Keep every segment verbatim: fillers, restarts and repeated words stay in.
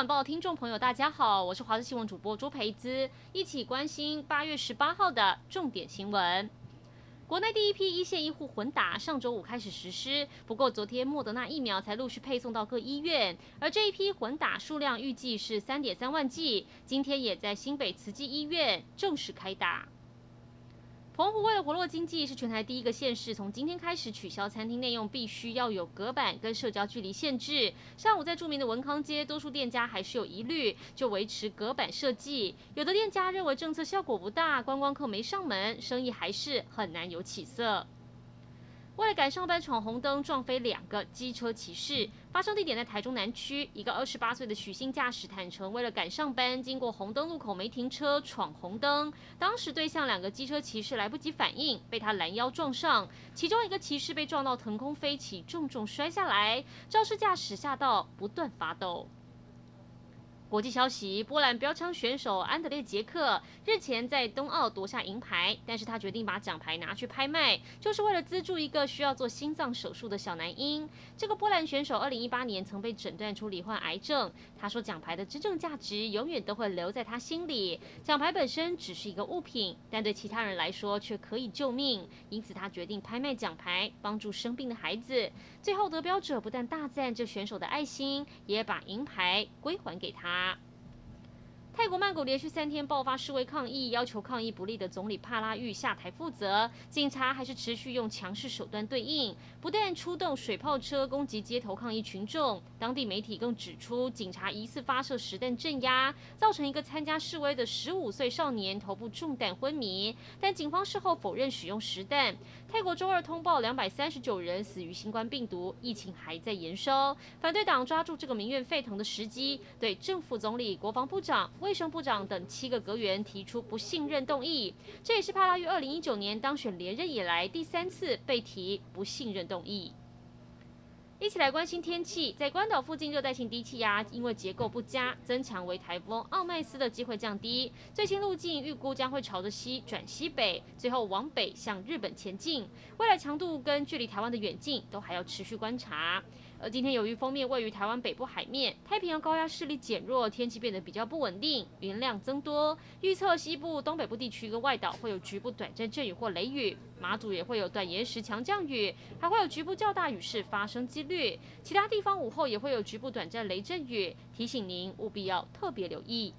晚报听众朋友，大家好，我是华视新闻主播朱培姿，一起关心八月十八号的重点新闻。国内第一批一线医护混打上周五开始实施，不过昨天莫德纳疫苗才陆续配送到各医院，而这一批混打数量预计是 三点三万剂，今天也在新北慈济医院正式开打。澎湖为了活络经济，是全台第一个县市，从今天开始取消餐厅内用必须要有隔板跟社交距离限制。上午在著名的文康街，多数店家还是有疑虑，就维持隔板设计。有的店家认为政策效果不大，观光客没上门，生意还是很难有起色。为了赶上班闯红灯，撞飞两个机车骑士，发生地点在台中南区。一个二十八岁的许姓驾驶坦承，为了赶上班，经过红灯路口没停车，闯红灯。当时对向两个机车骑士来不及反应，被他拦腰撞上。其中一个骑士被撞到腾空飞起，重重摔下来。肇事驾驶吓到不断发抖。国际消息：波兰标枪选手安德烈杰克日前在冬奥夺下银牌，但是他决定把奖牌拿去拍卖，就是为了资助一个需要做心脏手术的小男婴。这个波兰选手二零一八年曾被诊断出罹患癌症。他说，奖牌的真正价值永远都会留在他心里。奖牌本身只是一个物品，但对其他人来说却可以救命，因此他决定拍卖奖牌，帮助生病的孩子。最后得标者不但大赞这选手的爱心，也把银牌归还给他。泰国曼谷连续三天爆发示威抗议，要求抗议不利的总理帕拉育下台负责。警察还是持续用强势手段对应，不但出动水炮车攻击街头抗议群众，当地媒体更指出，警察疑似发射实弹镇压，造成一个参加示威的十五岁少年头部中弹昏迷。但警方事后否认使用实弹。泰国周二通报两百三十九人死于新冠病毒，疫情还在延烧。反对党抓住这个民怨沸腾的时机，对正副总理、国防部长、卫生部长等七个阁员提出不信任动议，这也是帕拉育二零一九年当选连任以来第三次被提不信任动议。一起来关心天气，在关岛附近热带性低气压因为结构不佳，增强为台风奥麦斯的机会降低。最新路径预估将会朝着西转西北，最后往北向日本前进。未来强度跟距离台湾的远近都还要持续观察。而今天由于锋面位于台湾北部海面，太平洋高压势力减弱，天气变得比较不稳定，云量增多。预测西部、东北部地区跟外岛会有局部短暂阵雨或雷雨，马祖也会有短延时强降雨，还会有局部较大雨势发生几率。其他地方午后也会有局部短暂雷阵雨，提醒您务必要特别留意。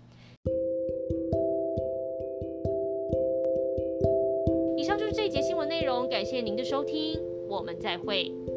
以上就是这一节新闻内容，感谢您的收听，我们再会。